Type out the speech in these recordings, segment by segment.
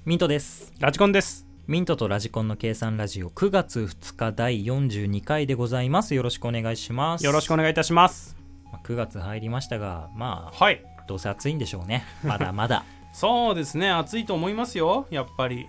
ミントです。 ラジコンです。 ミントとラジコンの計算ラジオ9月2日第42回でございます。よろしくお願いします。 よろしくお願いいたします。 9月入りましたが、 はい、 どうせ暑いんでしょうね。まだまだそうですね、暑いと思いますよ、やっぱり。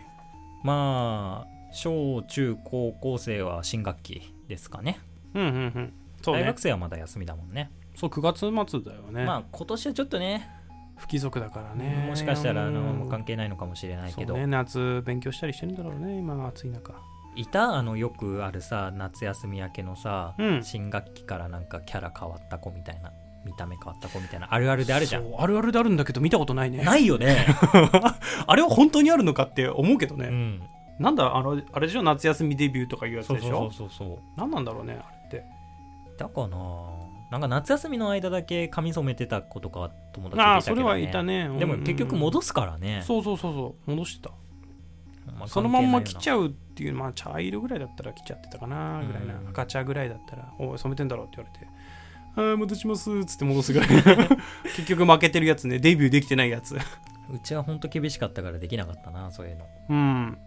小中高校生は新学期ですかね。 そうね、 大学生はまだ休みだもんね。 そう、9月末だよね。 今年はちょっとね、 不規則だからね。 もしかしたら関係ないのかもしれないけど、 そうね、夏勉強したりしてるんだろうね、今暑い中。 よくあるさ、夏休み明けのさ、新学期からなんかキャラ変わった子みたいな、見た目変わった子みたいな、あるあるであるじゃん。 そう、あるあるであるんだけど見たことないね。 ないよねあれは本当にあるのかって思うけどね、なんだあれでしょ、夏休みデビューとかいうやつでしょ。そう何なんだろうね、あれって。 だかな、なんか夏休みの間だけ髪染めてた子とか友達いたけどね。 それはいたね、 でも結局戻すからね。 そう戻してた。そのまんま来ちゃうっていう、茶色ぐらいだったら来ちゃってたかなぐらいな、赤茶ぐらいだったら、おい染めてんだろって言われて、戻しますっつって戻すぐらい結局負けてるやつね、デビューできてないやつ。 うちはほんと厳しかったからできなかったな、そういうの。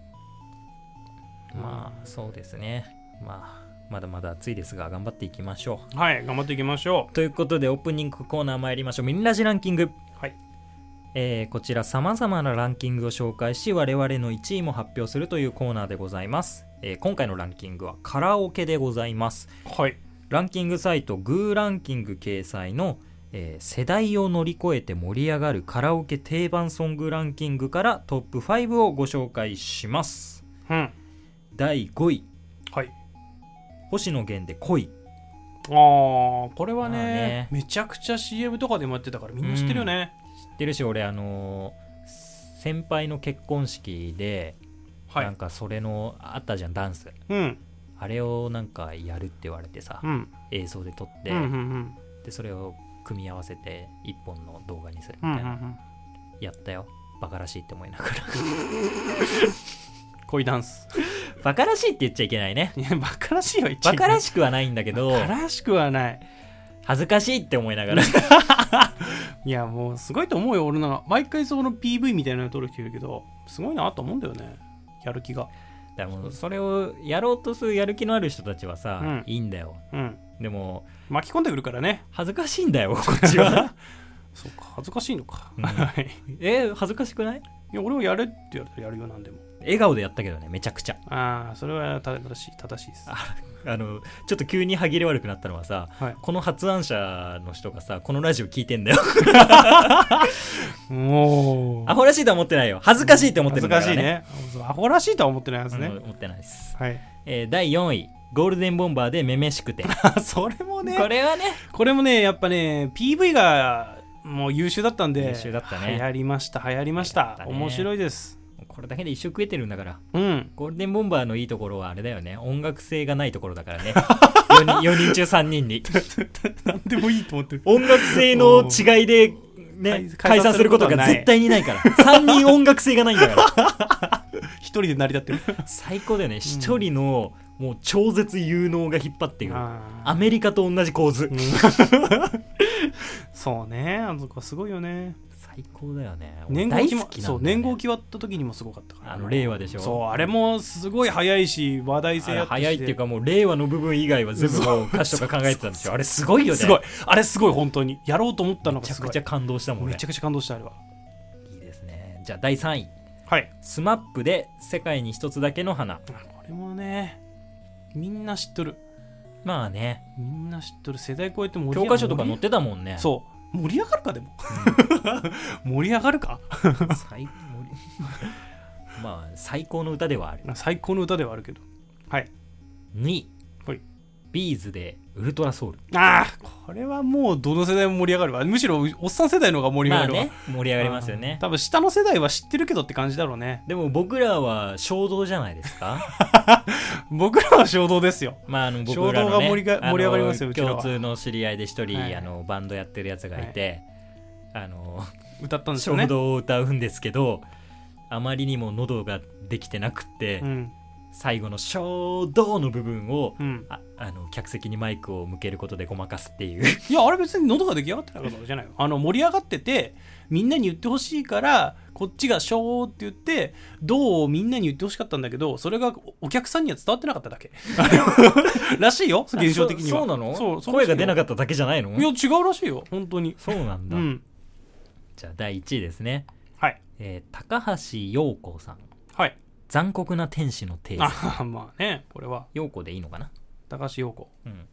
そうですね。まだまだ暑いですが頑張っていきましょう。はい、頑張っていきましょう。ということでオープニングコーナー参りましょう。ミニラジランキング。 はい。 こちら様々なランキングを紹介し、我々の1位も発表するというコーナーでございます。今回のランキングはカラオケでございます。 はい。 ランキングサイトグーランキング掲載の、世代を乗り越えて盛り上がるカラオケ定番ソングランキングからトップ5をご紹介します。第5位。 はい。 星野源で恋。 これはね、めちゃくちゃ CM とかでもやってたからみんな知ってるよね。 知ってるし、俺先輩の結婚式で、なんかそれのあったじゃん、ダンス。あれをなんかやるって言われてさ、映像で撮って、でそれを組み合わせて一本の動画にするみたいな、やったよ。バカらしいって思いながら恋ダンスバカらしいって言っちゃいけないね。 いや、バカらしいは言っちゃいけない。 バカらしくはないんだけど、 バカらしくはない、 恥ずかしいって思いながらいや、もうすごいと思うよ。俺なんか毎回その PV みたいなの撮る人いるけど、すごいなと思うんだよね、やる気が。 でもそれをやろうとするやる気のある人たちはさ、いいんだよ。でも巻き込んでくるからね、 恥ずかしいんだよこっちはそうか、恥ずかしいのか、 恥ずかしくない？ いや、俺はやれって言われたらやるよ、なんでも。 笑顔でやったけどね、めちゃくちゃ。 それは正しいです。 ちょっと急に歯切れ悪くなったのはさ、この発案者の人がさ、このラジオ聞いてんだよもうアホらしいとは思ってないよ。恥ずかしいって思ってるんだからね。 恥ずかしいね。アホらしいとは思ってないはずね。 思ってないです。 第 4位、ゴールデンボンバーでめめしくてそれもね、 これもね、 やっぱね、 PV がもう優秀だったんで、 優秀だったね。 流行りました、面白いです。 これだけで一生食えてるんだから、ゴールデンボンバーのいいところはあれだよね、音楽性がないところだからね4人中3人に何でもいいと思ってる。 音楽性の違いでね、解散することが絶対にないから3人音楽性がないんだから一人で成り立ってる最高だよね。一人のもう超絶有能が引っ張っていく、アメリカと同じ構図、 そうね、あそこすごいよね。 最高だよね。 大好きなんだよね。年号決まった時にもすごかったから、 令和でしょ。 そう、あれもすごい早いし話題性あって、 早いっていうか、もう令和の部分以外は全部もう歌詞とか考えてたんですよ。あれすごいよね。 すごい、あれすごい、本当にやろうと思ったのがすごい。 めちゃくちゃ感動したもんね。 めちゃくちゃ感動した、あれは。 いいですね。じゃあ第3位、スマップで世界に一つだけの花。 これもね、みんな知っとる。みんな知っとる。世代超えて盛り上がる。 教科書とか載ってたもんね。 そう盛り上がるか、でも、盛り上がるか最高の歌ではある。 最高の歌ではあるけど。 2位、ビーズでウルトラソウル。 これはもうどの世代も盛り上がるわ。むしろおっさん世代の方が盛り上がるわ。 盛り上がりますよね。 多分下の世代は知ってるけどって感じだろうね。 でも僕らは衝動じゃないですか僕らは衝動ですよ。 僕らの、ね、 衝動が盛り上がりますよ。うちらは共通の知り合いで一人、バンドやってるやつがいて、 歌ったんですよね。 衝動を歌うんですけど、あまりにも喉ができてなくって、 最後の衝動の部分を、客席にマイクを向けることでごまかすっていう。 いやあれ別に喉が出来上がってなかったわけじゃないよ。盛り上がっててみんなに言ってほしいからこっちがショーって言ってどうみんなに言ってほしかったんだけど、それがお客さんには伝わってなかっただけらしいよ、現象的には。 そうなの？声が出なかっただけじゃないの？ いや違うらしいよ本当に。 そうなんだ、じゃあ第1位ですね。 はい、 高橋洋子さん。 はい。 残酷な天使のテーゼ。まあね、これは陽子でいいのかな。 高橋陽子。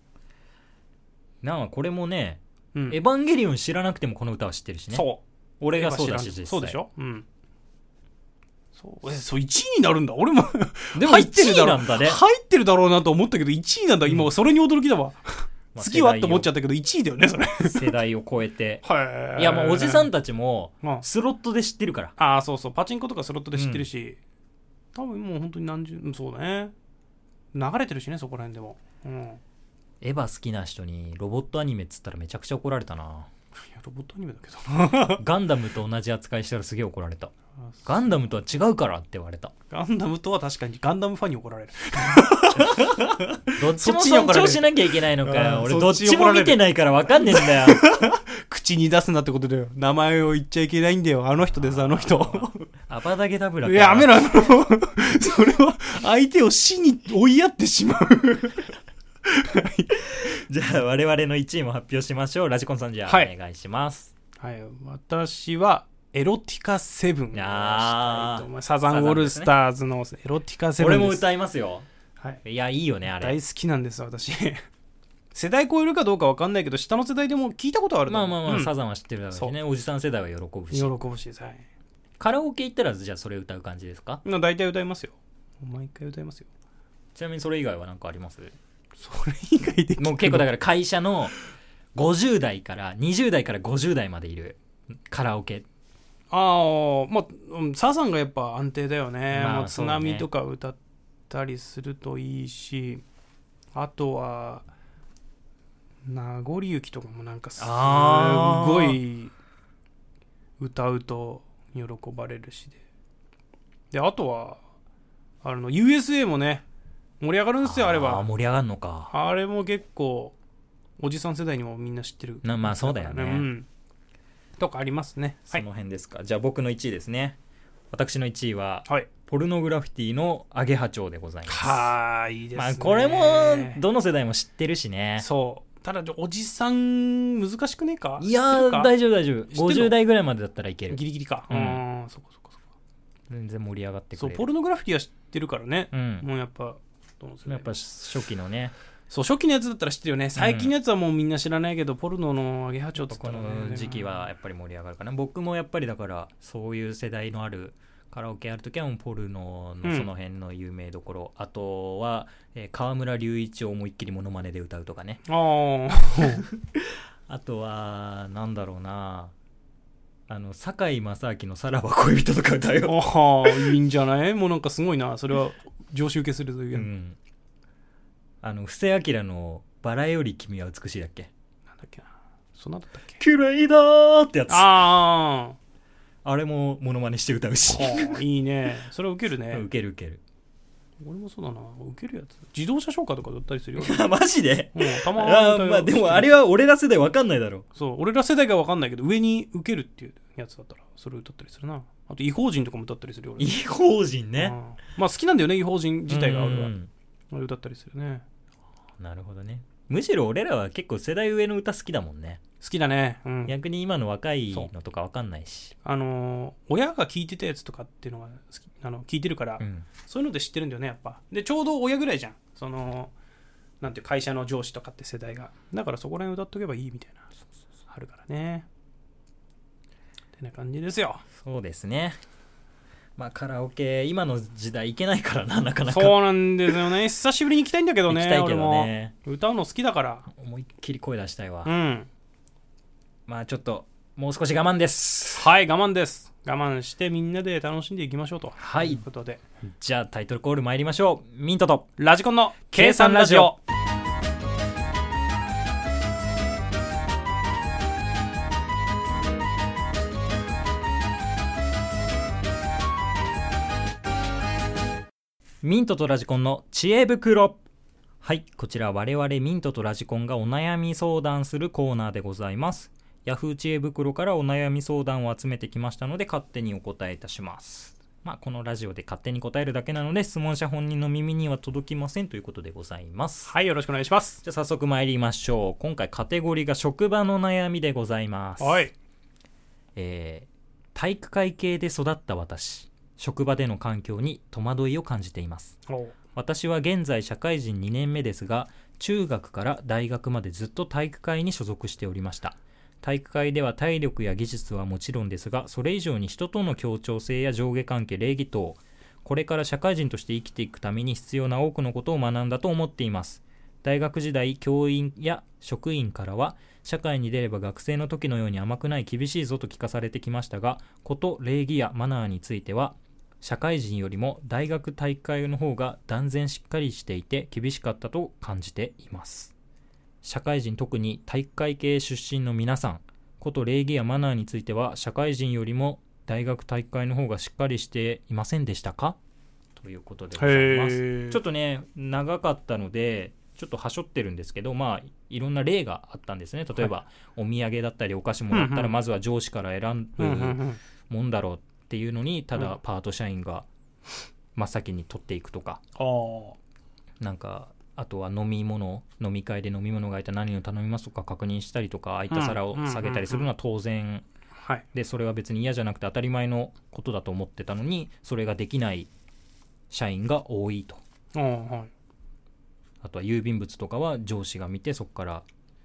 なんかこれもね、エヴァンゲリオン知らなくてもこの歌は知ってるしね。 そう。 俺がそうだし実際。 そうでしょ。そう1位になるんだ。俺もでも1位なんだね。 入ってるだろうなと思ったけど1位なんだ。今それに驚きだわ。次はって思っちゃったけど1位だよねそれ。 世代を超えて。いやもうおじさんたちもスロットで知ってるから。 そうそう、パチンコとかスロットで知ってるし。多分もう本当にそうだね、流れてるしねそこら辺でも。 エヴァ好きな人にロボットアニメっつったらめちゃくちゃ怒られたな。いやロボットアニメだけどガンダムと同じ扱いしたらすげえ怒られた。ガンダムとは違うからって言われた。 ガンダムとは確かにガンダムファンに怒られるどっちも尊重しなきゃいけないのかよ。俺どっちも見てないから分かんねえんだよ口に出すなってことだよ。名前を言っちゃいけないんだよ。あの人ですあの人アバダゲダブラか。 やめろそれは相手を死に追いやってしまうじゃあ我々の1位も発表しましょう。ラジコンさんじゃあお願いします。 はい、私はエロティカセブンをしたいと思います。サザンオールスターズのエロティカセブンです。 俺も歌いますよ。いやいいよねあれ。 大好きなんです私世代超えるかどうか分かんないけど下の世代でも聞いたことあると思う。 まあ、サザンは知ってるだろうしね。おじさん世代は喜ぶし。 喜ぶし、はい。 カラオケ行ったらじゃあそれ歌う感じですか？ 大体歌いますよ。毎回歌いますよ。 ちなみにそれ以外は何かあります？ それ以外でもう結構だから会社の50代から20代から50代までいるカラオケ。 サザンがやっぱ安定だよね。津波とか歌ったりするといいし、あとは名残雪とかもなんかすごい歌うと喜ばれるしで、あとはUSA もね盛り上がるんですよ。あれは盛り上がるのか。 あれも結構おじさん世代にもみんな知ってる。 まあそうだよね、 とかありますね。 その辺ですか。じゃあ僕の1位ですね。私の1位は、ポルノグラフィティのアゲハチョウでございます。 いいですね。 これもどの世代も知ってるしね。 そう。ただおじさん難しくねえか。 いや大丈夫50代ぐらいまでだったらいける。 ギリギリか。そこ全然盛り上がってくれる。 そうポルノグラフィティは知ってるからね。もうやっぱ初期のね。 そう初期のやつだったら知ってるよね。最近のやつはもうみんな知らないけど、ポルノのアゲハチョウってこの時期はやっぱり盛り上がるかな。僕もやっぱりだからそういう世代のあるカラオケやるときはもうポルノのその辺の有名どころ、あとは、河村隆一を思いっきりモノマネで歌うとかね。あとはなんだろうな、堺正明のさらば恋人とか歌うよ。 いいんじゃない？もうなんかすごいな。それは常習受けするという。 布施明のバラより君は美しいだっけ？ なんだっけな。そんなだったっけ？ 綺麗だーってやつ。 あれもモノマネして歌うし。 いいね。それはウケるね。 ウケる。 俺もそうだな。ウケるやつ。自動車消火とかだったりするよ。 マジで？ たまに。でもあれは俺ら世代分かんないだろ。 そう、俺ら世代が分かんないけど、上にウケるっていうやつだったらそれ歌ったりするな。あと異邦人とかも歌ったりするよ。 異邦人ね。 好きなんだよね、異邦人自体が。俺は歌ったりするね。 なるほどね。むしろ俺らは結構世代上の歌好きだもんね。 好きだね。 逆に今の若いのとか分かんないし。 親が聞いてたやつとかっていうのが聞いてるから、そういうので知ってるんだよね、やっぱ。で、ちょうど親ぐらいじゃん。なんていう会社の上司とかって世代が。だからそこら辺歌っとけばいいみたいな。あるからね。ってな感じですよ。 そうですね。カラオケ今の時代行けないからなかなか。 そうなんですよね。久しぶりに行きたいんだけどね。 行きたいけどね。 俺も歌うの好きだから思いっきり声出したいわ。ちょっともう少し我慢です。 はい、我慢です。我慢してみんなで楽しんでいきましょうと。 はいいうことで、 じゃあタイトルコール参りましょう。ミントとラジコンの計算ラジオ。 ミントとラジコンの知恵袋。はい、こちら我々ミントとラジコンがお悩み相談するコーナーでございます。ヤフー知恵袋からお悩み相談を集めてきましたので勝手にお答えいたします。このラジオで勝手に答えるだけなので質問者本人の耳には届きませんということでございます。 はい、よろしくお願いします。 じゃあ早速参りましょう。今回カテゴリーが職場の悩みでございます。 はい。 体育会系で育った私、職場での環境に戸惑いを感じています。私は現在社会人2年目ですが、中学から大学までずっと体育会に所属しておりました。体育会では体力や技術はもちろんですが、それ以上に人との協調性や上下関係、礼儀等、これから社会人として生きていくために必要な多くのことを学んだと思っています。大学時代、教員や職員からは、社会に出れば学生の時のように甘くない、厳しいぞと聞かされてきましたが、こと礼儀やマナーについては、社会人よりも大学体育会の方が断然しっかりしていて厳しかったと感じています。社会人、特に体育会系出身の皆さん、こと礼儀やマナーについては社会人よりも大学体育会の方がしっかりしていませんでしたか、ということでございます。ちょっとね長かったのでちょっとはしょってるんですけど、いろんな例があったんですね。例えば、お土産だったりお菓子もらったらまずは上司から選ぶもんだろうっていうのに、ただパート社員が真っ先に取っていくとか、なんかあとは飲み会で飲み物が空いたら何を頼みますとか確認したりとか、空いた皿を下げたりするのは当然で、それは別に嫌じゃなくて当たり前のことだと思ってたのに、それができない社員が多いと。あとは郵便物とかは上司が見て、そこから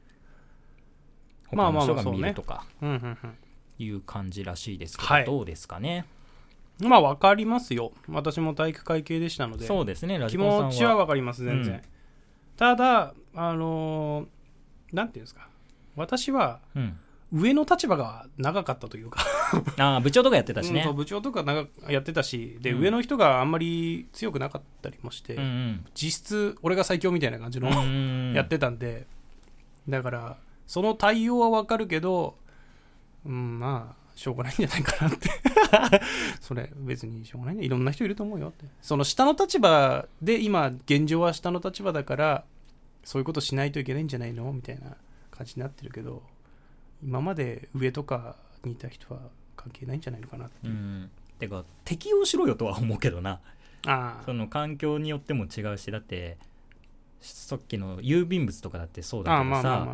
他の人が見るとかいう感じらしいですけど、どうですかね。 分かりますよ。私も体育会系でしたので、 そうですね、 ラジコンさんは気持ちは分かります、全然。ただなんていうんですか、私は上の立場が長かったというか部長とかやってたしね。 部長とかやってたし、で、上の人があんまり強くなかったりもして、実質俺が最強みたいな感じのやってたんで、だからその対応は分かるけど、しょうがないんじゃないかなってそれ別にしょうがないね、いろんな人いると思うよって。その下の立場で、今現状は下の立場だからそういうことしないといけないんじゃないのみたいな感じになってるけど、今まで上とかにいた人は関係ないんじゃないのかなって。 てか適応しろよとは思うけどな。その環境によっても違うし、だってさっきの郵便物とかだってそうだけどさ、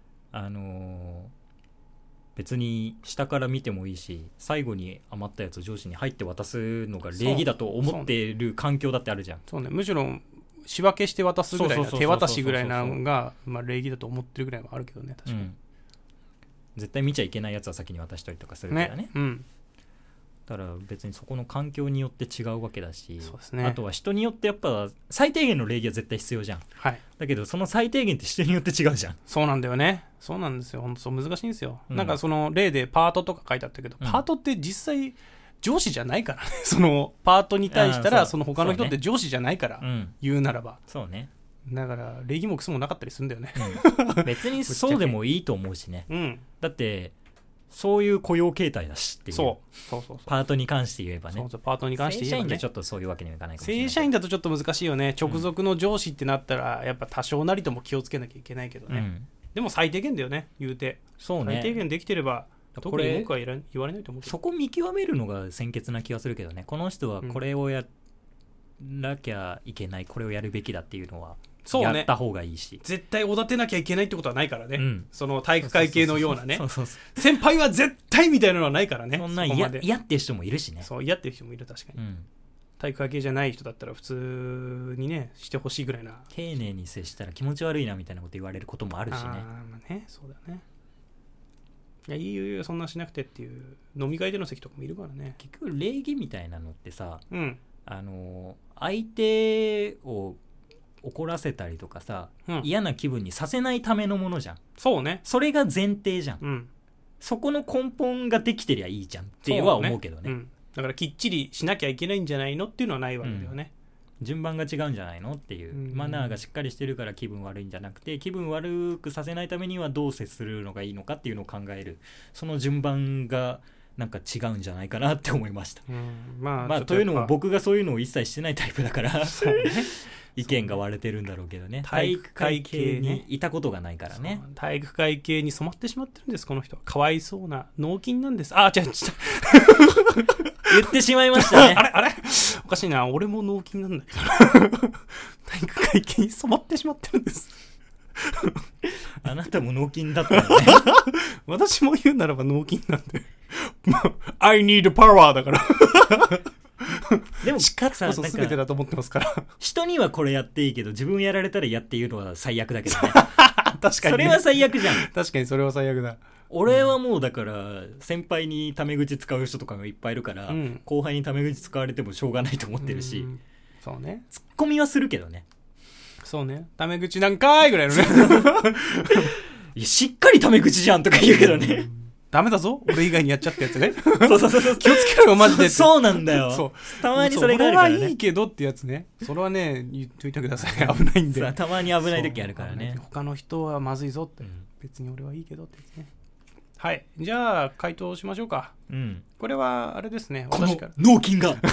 別に下から見てもいいし、最後に余ったやつを上司に入って渡すのが礼儀だと思っている環境だってあるじゃん。 そうね、むしろ仕分けして渡すぐらいな、手渡しぐらいなのが礼儀だと思ってるぐらいはあるけどね、確かに。 絶対見ちゃいけないやつは先に渡したりとかするからね。だから別にそこの環境によって違うわけだし、あとは人によってやっぱ最低限の礼儀は絶対必要じゃん。だけどその最低限って人によって違うじゃん。 そうなんだよね。そうなんですよ。本当難しいんですよ。なんかその例でパートとか書いてあったけど、パートって実際上司じゃないからねそのパートに対したらその他の人って上司じゃないから、言うならば。 そうね。 だから礼儀もクソもなかったりするんだよね、 別にそうでもいいと思うしね、だってそういう雇用形態だしっていう。そうパートに関して言えばね。 パートに関して言えばね。 正社員でちょっとそういうわけにはいかないかもしれない。 正社員だとちょっと難しいよね。直属の上司ってなったらやっぱ多少なりとも気をつけなきゃいけないけどね、でも最低限だよね、言うて。そうね、最低限できてれば特に文句は言われないと思うけど、 そこ見極めるのが先決な気がするけどね。この人はこれをやらなきゃいけない、これをやるべきだっていうのはやった方がいいし、 絶対おだてなきゃいけないってことはないからね、その体育会系のようなね、先輩は絶対みたいなのはないからね。 そんな嫌っていう人もいるしね。 そう嫌っていう人もいる、確かに、体育会系じゃない人だったら普通にねしてほしいぐらいな。 丁寧に接したら気持ち悪いなみたいなこと言われることもあるしね。 そうだね。いや、いいよそんなしなくてっていう飲み会での席とかもいるからね。 結局礼儀みたいなのってさ、相手を怒らせたりとかさ、嫌な気分にさせないためのものじゃん。 そうね。 それが前提じゃん、そこの根本ができてりゃいいじゃんっては思うけどね。 だからきっちりしなきゃいけないんじゃないのっていうのはないわけだよね、 順番が違うんじゃないのっていう、マナーがしっかりしてるから気分悪いんじゃなくて、気分悪くさせないためにはどう接するのがいいのかっていうのを考える、その順番がなんか違うんじゃないかなって思いました。 まあというのも僕がそういうのを一切してないタイプだから意見が割れてるんだろうけどね。体育会系にいたことがないからね。 体育会系に染まってしまってるんです、この人は。かわいそうな脳筋なんです。あ、違う言ってしまいましたね。 あれおかしいな、俺も脳筋なんだけど体育会系に染まってしまってるんですあなたも脳筋だったよね私も言うならば脳筋なんでI need power だからでも力こそ全てだと思ってますから人にはこれやっていいけど自分やられたらやっていうのは最悪だけどね確かに、ね、 それは最悪じゃん。 確かにそれは最悪だ。 俺はもうだから先輩にタメ口使う人とかがいっぱいいるから、後輩にタメ口使われてもしょうがないと思ってるし、 そうね、 ツッコミはするけどね。そうね、タメ口なんかーいぐらいのねいやしっかりタメ口じゃんとか言うけどねダメだぞ俺以外にやっちゃったやつねそう気をつけろよマジでそうなんだよ。そうたまにそれがあるからね。 俺はいいけどってやつね。それはね言っといてください危ないんで。 たまに危ない時あるからね。 他の人はまずいぞって、別に俺はいいけどってやつね。はい、じゃあ回答しましょうか。これはあれですね、 この脳筋が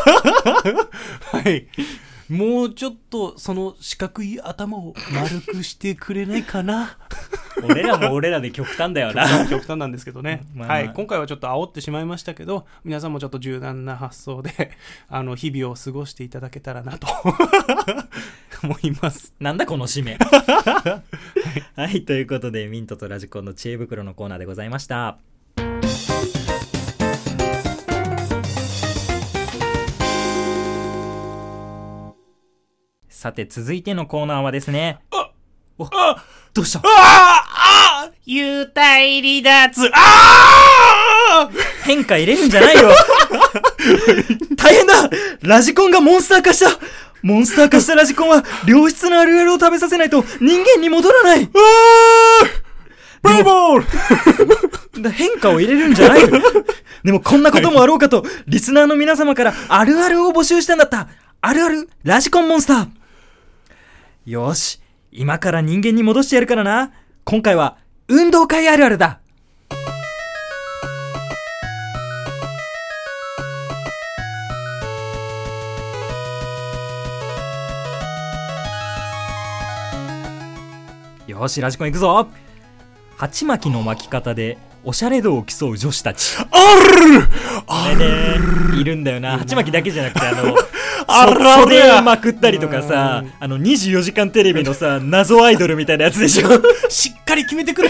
はいもうちょっとその四角い頭を丸くしてくれないかな俺らも俺らで極端だよな極端なんですけどね、はい、今回はちょっと煽ってしまいましたけど、皆さんもちょっと柔軟な発想で日々を過ごしていただけたらなと思います。 なんだこの締めはい、ということでミントとラジコンの知恵袋のコーナーでございました。さて続いてのコーナーはですね、どうした？ 幽体離脱。 変化入れるんじゃないよ大変だ、ラジコンがモンスター化した。モンスター化したラジコンは良質なあるあるを食べさせないと人間に戻らない。 ブレイボール変化を入れるんじゃないよでもこんなこともあろうかとリスナーの皆様からあるあるを募集したんだった。あるあるラジコンモンスター。よし、今から人間に戻してやるからな。今回は運動会あるあるだ。よし、ラジコン行くぞ。鉢巻きの巻き方でおしゃれ度を競う女子たち。あれね、いるんだよな。鉢巻きだけじゃなくて袖まくったりとかさ、24時間テレビのさ謎アイドルみたいなやつでしょしっかり決めてくる。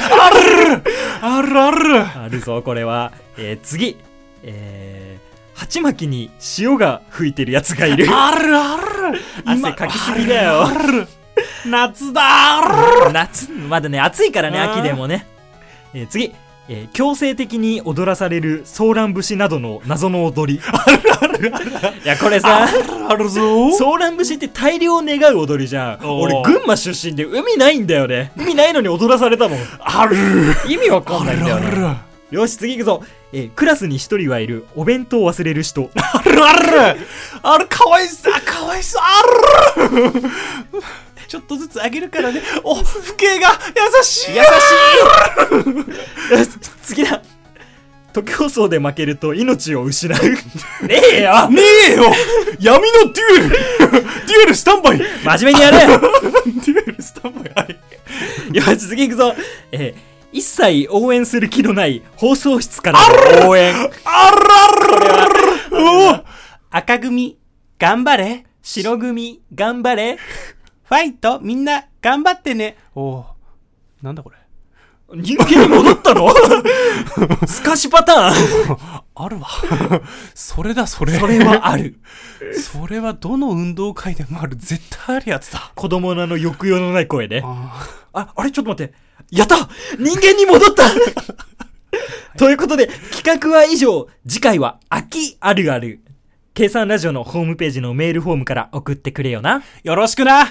あるぞこれは。次、鉢巻きに潮が吹いてるやつがいる。汗かきすぎだよ。 夏だ。 夏まだね暑いからね、秋でもね。次、強制的に踊らされるソーラン節などの謎の踊り。いやこれさ、 あるぞ。 ソーラン節って大量を願う踊りじゃん。俺群馬出身で海ないんだよね。海ないのに踊らされたもん。意味わかんないんだよね。よし次行くぞ。クラスに一人はいるお弁当を忘れる人。 かわいそうちょっとずつあげるからね。父兄が優しい。 よし次だ。時放送で負けると命を失う。ねえよ闇のデュエルスタンバイ。 真面目にやれ。 デュエルスタンバイ。はい、 よし次行くぞ。一切応援する気のない放送室からの応援。 赤組頑張れ、 白組頑張れ、 ファイトみんな頑張ってね。なんだこれ、 人間に戻ったのスカシパターンあるわそれだ。それはある。 それはどの運動会でもある、絶対あるやつだ。 子供の抑揚のない声で、あれちょっと待って、やった、人間に戻ったということで企画は以上。次回は秋あるある。計算ラジオのホームページのメールフォームから送ってくれよな。 よろしくな。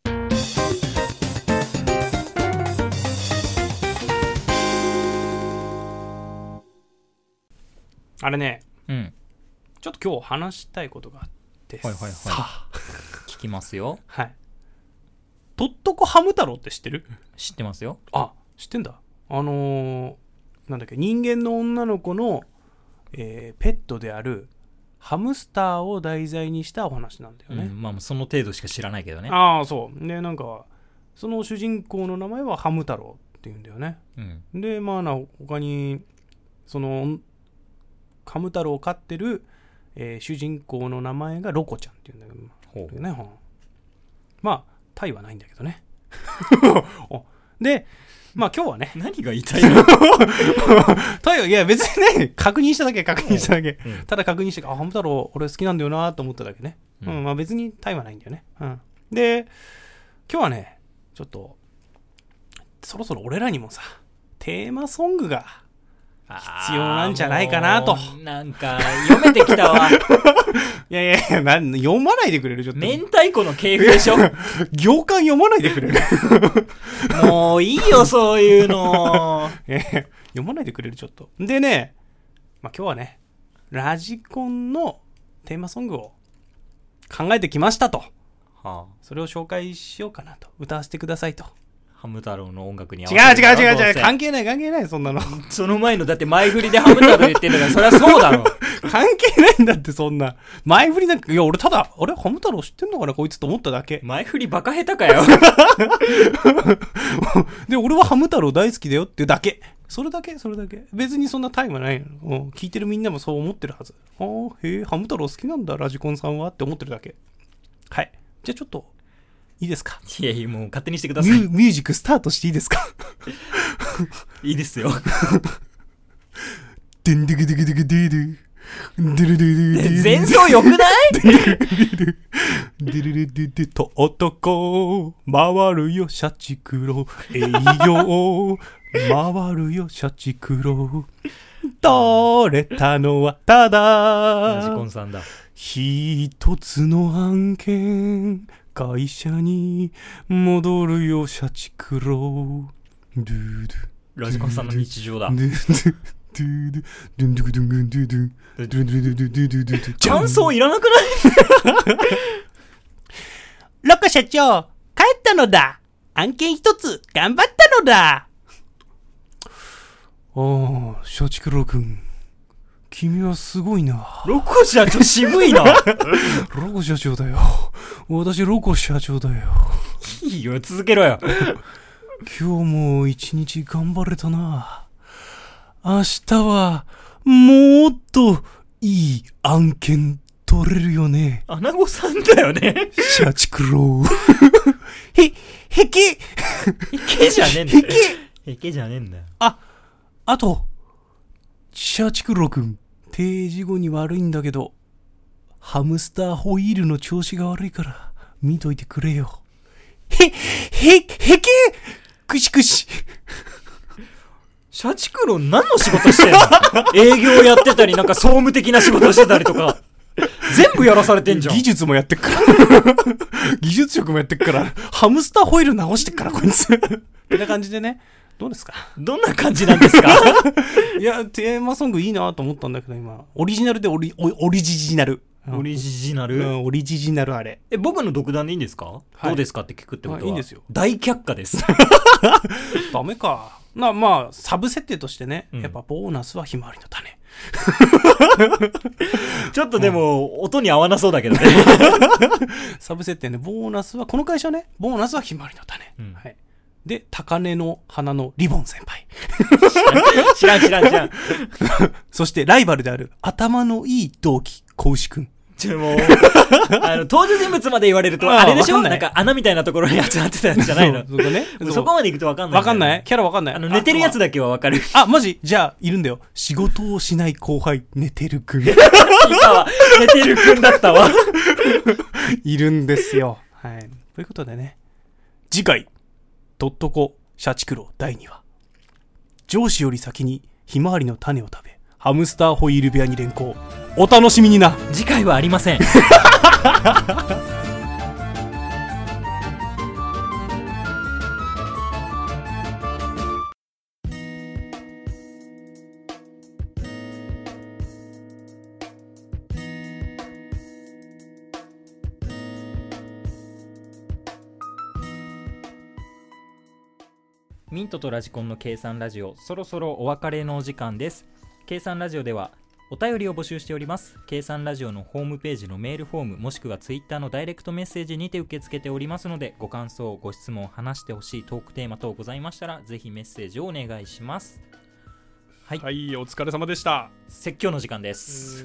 あれね、ちょっと今日話したいことがあってさ、 聞きますよ。 はい。とっとこハム太郎って知ってる？ 知ってますよ。 知ってんだ。なんだっけ、人間の女の子のペットであるハムスターを題材にしたお話なんだよね、 まあその程度しか知らないけどね。 ああそうで、なんかその主人公の名前はハム太郎っていうんだよね、でまあ他にそのハム太郎を飼ってる、主人公の名前がロコちゃんっていうんだけどね、まあタイはないんだけどねでまあ今日はね何が言いたいのタイはいや別にね確認しただけ、ただ確認してハム太郎俺好きなんだよなと思っただけね、まあ別にタイはないんだよね、で今日はねちょっとそろそろ俺らにもさテーマソングが必要なんじゃないかなと。 なんか読めてきたわいや読まないでくれるちょっと。 明太子の系譜でしょ行間読まないでくれるもういいよそういうの読まないでくれるちょっと。でね、まあ、今日はねラジコンのテーマソングを考えてきましたと、それを紹介しようかなと。歌わせてくださいと。 ハム太郎の音楽に合わせて。 違う関係ないそんなのその前のだって前振りでハム太郎言ってんだからそりゃそうだろ関係ないんだってそんな前振りなんか。いや俺ただハム太郎知ってんのかなこいつと思っただけ。 前振りバカ下手かよで俺はハム太郎大好きだよってだけ。それだけ別にそんなタイムはないの。聞いてるみんなもそう思ってるはず。へえハム太郎好きなんだラジコンさんはって思ってるだけ。はい、じゃあちょっといいですか。 いやもう勝手にしてください。 ミュージックスタートしていいですかいいですよデンデクデクデクデル前奏よくないデルルデデと男回るよシャチクロ営業回るよシャチクロ取れたのはただラジコンさんだ。 一つの案件会社に戻るよシャチクロラジコンさんの日常だ。感想いらなくないロコ社長帰ったのだ。案件一つ頑張ったのだ。シャチクロ君君はすごいな。 ロコ社長渋いなロコ社長だよ。私ロコ社長だよ。 いいよ続けろよ今日も一日頑張れたな。明日はもっといい案件取れるよね。 アナゴさんだよねシャチクロへけじゃねえんだよ。へけじゃねえんだよ。 あとシャチクロ君定時後に悪いんだけどハムスターホイールの調子が悪いから見といてくれよ。へけくしくしシャチクロ何の仕事してんの営業やってたりなんか総務的な仕事してたりとか全部やらされてんじゃん。 技術もやってっから技術職もやってっからハムスターホイール直してっからこいつってな感じでね。どうですか。 どんな感じなんですかいやテーマソングいいなと思ったんだけど今オリジナルでオリジナルオリジナル、 オリジナルあれ。 僕の独断でいいんですか、どうですかって聞くってことは、 いいんですよ。 大却下ですダメか。まあサブ設定としてね、やっぱボーナスはひまわりの種ちょっとでも、音に合わなそうだけどねサブ設定ね、ボーナスはこの会社ね、ボーナスはひまわりの種、はい、で高嶺の花のリボン先輩知らんそしてライバルである頭のいい同期子牛くん。 もう登場人物まで言われるとあれでしょ、なんか穴みたいなところに集まってたやつじゃないの。そこまで行くと分かんない。 分かんない、キャラ分かんない。 寝てるやつだけは分かる。 マジじゃあいるんだよ。仕事をしない後輩寝てるくんいたわ。寝てるくんだったわいるんですよ。はい、ということでね、次回とっとこシャチクロ第2話、上司より先にひまわりの種を食べハムスターホイール部屋に連行。お楽しみにな。 次回はありませんミントとラジコンの計算ラジオ、そろそろお別れのお時間です。計算ラジオではお便りを募集しております。計算ラジオのホームページのメールフォームもしくはツイッターのダイレクトメッセージにて受け付けておりますので、ご感想ご質問話してほしいトークテーマ等ございましたらぜひメッセージをお願いします。 はい、はい、お疲れ様でした。 説教の時間です。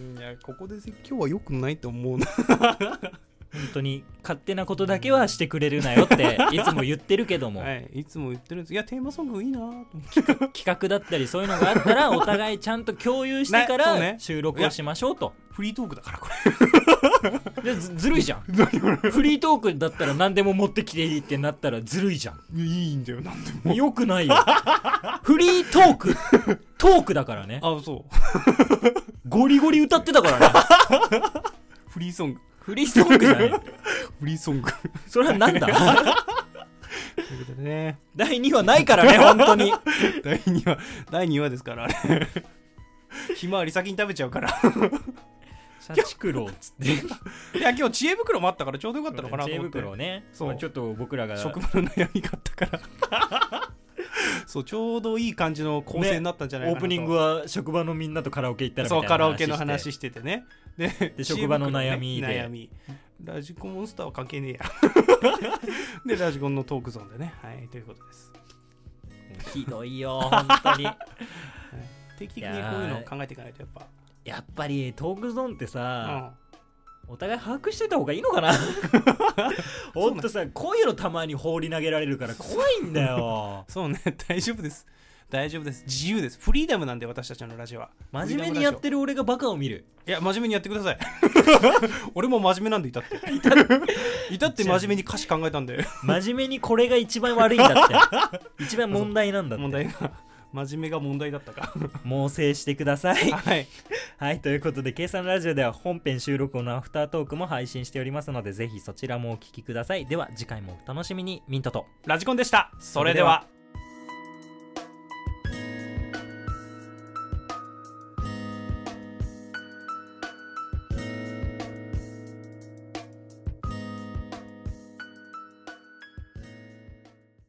いやここで説教は良くないと思うな本当に勝手なことだけはしてくれるなよっていつも言ってるけども、 はい、いつも言ってるんです。いやテーマソングいいな企画だったりそういうのがあったらお互いちゃんと共有してから収録をしましょうと。 フリートークだからこれずるいじゃん。フリートークだったら何でも持ってきていいってなったらずるいじゃん。 いいんだよ何でも。 よくないよフリートークだからね。 あ、そうゴリゴリ歌ってたからねフリーソングフリーソングじゃねえフリーソングそれはなんだということでね、 第2話ないからね本当に第2話ですからあれひまわり先に食べちゃうからシャチクロウっつっていや今日知恵袋もあったからちょうどよかったのかなと思って。 知恵袋ね、 そうちょっと僕らが職場の悩みがあったからそうちょうどいい感じの構成になったんじゃないかなと、 オープニングは職場のみんなとカラオケ行ったらみたいなそうカラオケの話しててね、 で職場の悩みでラジコンモンスターは関係ねえやでラジコンのトークゾーンでね、はいということです。 ひどいよ本当に、はい、 定期的にこういうのを考えていかないとやっぱりトークゾーンってさ、お互い把握してた方がいいのかなほんとさこういうのたまに放り投げられるから怖いんだよそうね、大丈夫です自由です、フリーダムなんで私たちのラジオは。 真面目にやってる俺がバカを見る。 いや真面目にやってください俺も真面目なんでいたって真面目に歌詞考えたんで真面目にこれが一番悪いんだって一番問題なんだって。 問題が真面目が問題だったか猛省してくださいはい、 はい、ということで計算ラジオでは本編収録後のアフタートークも配信しておりますのでぜひそちらもお聞きください。では次回もお楽しみに。ミントとラジコンでした。それでは。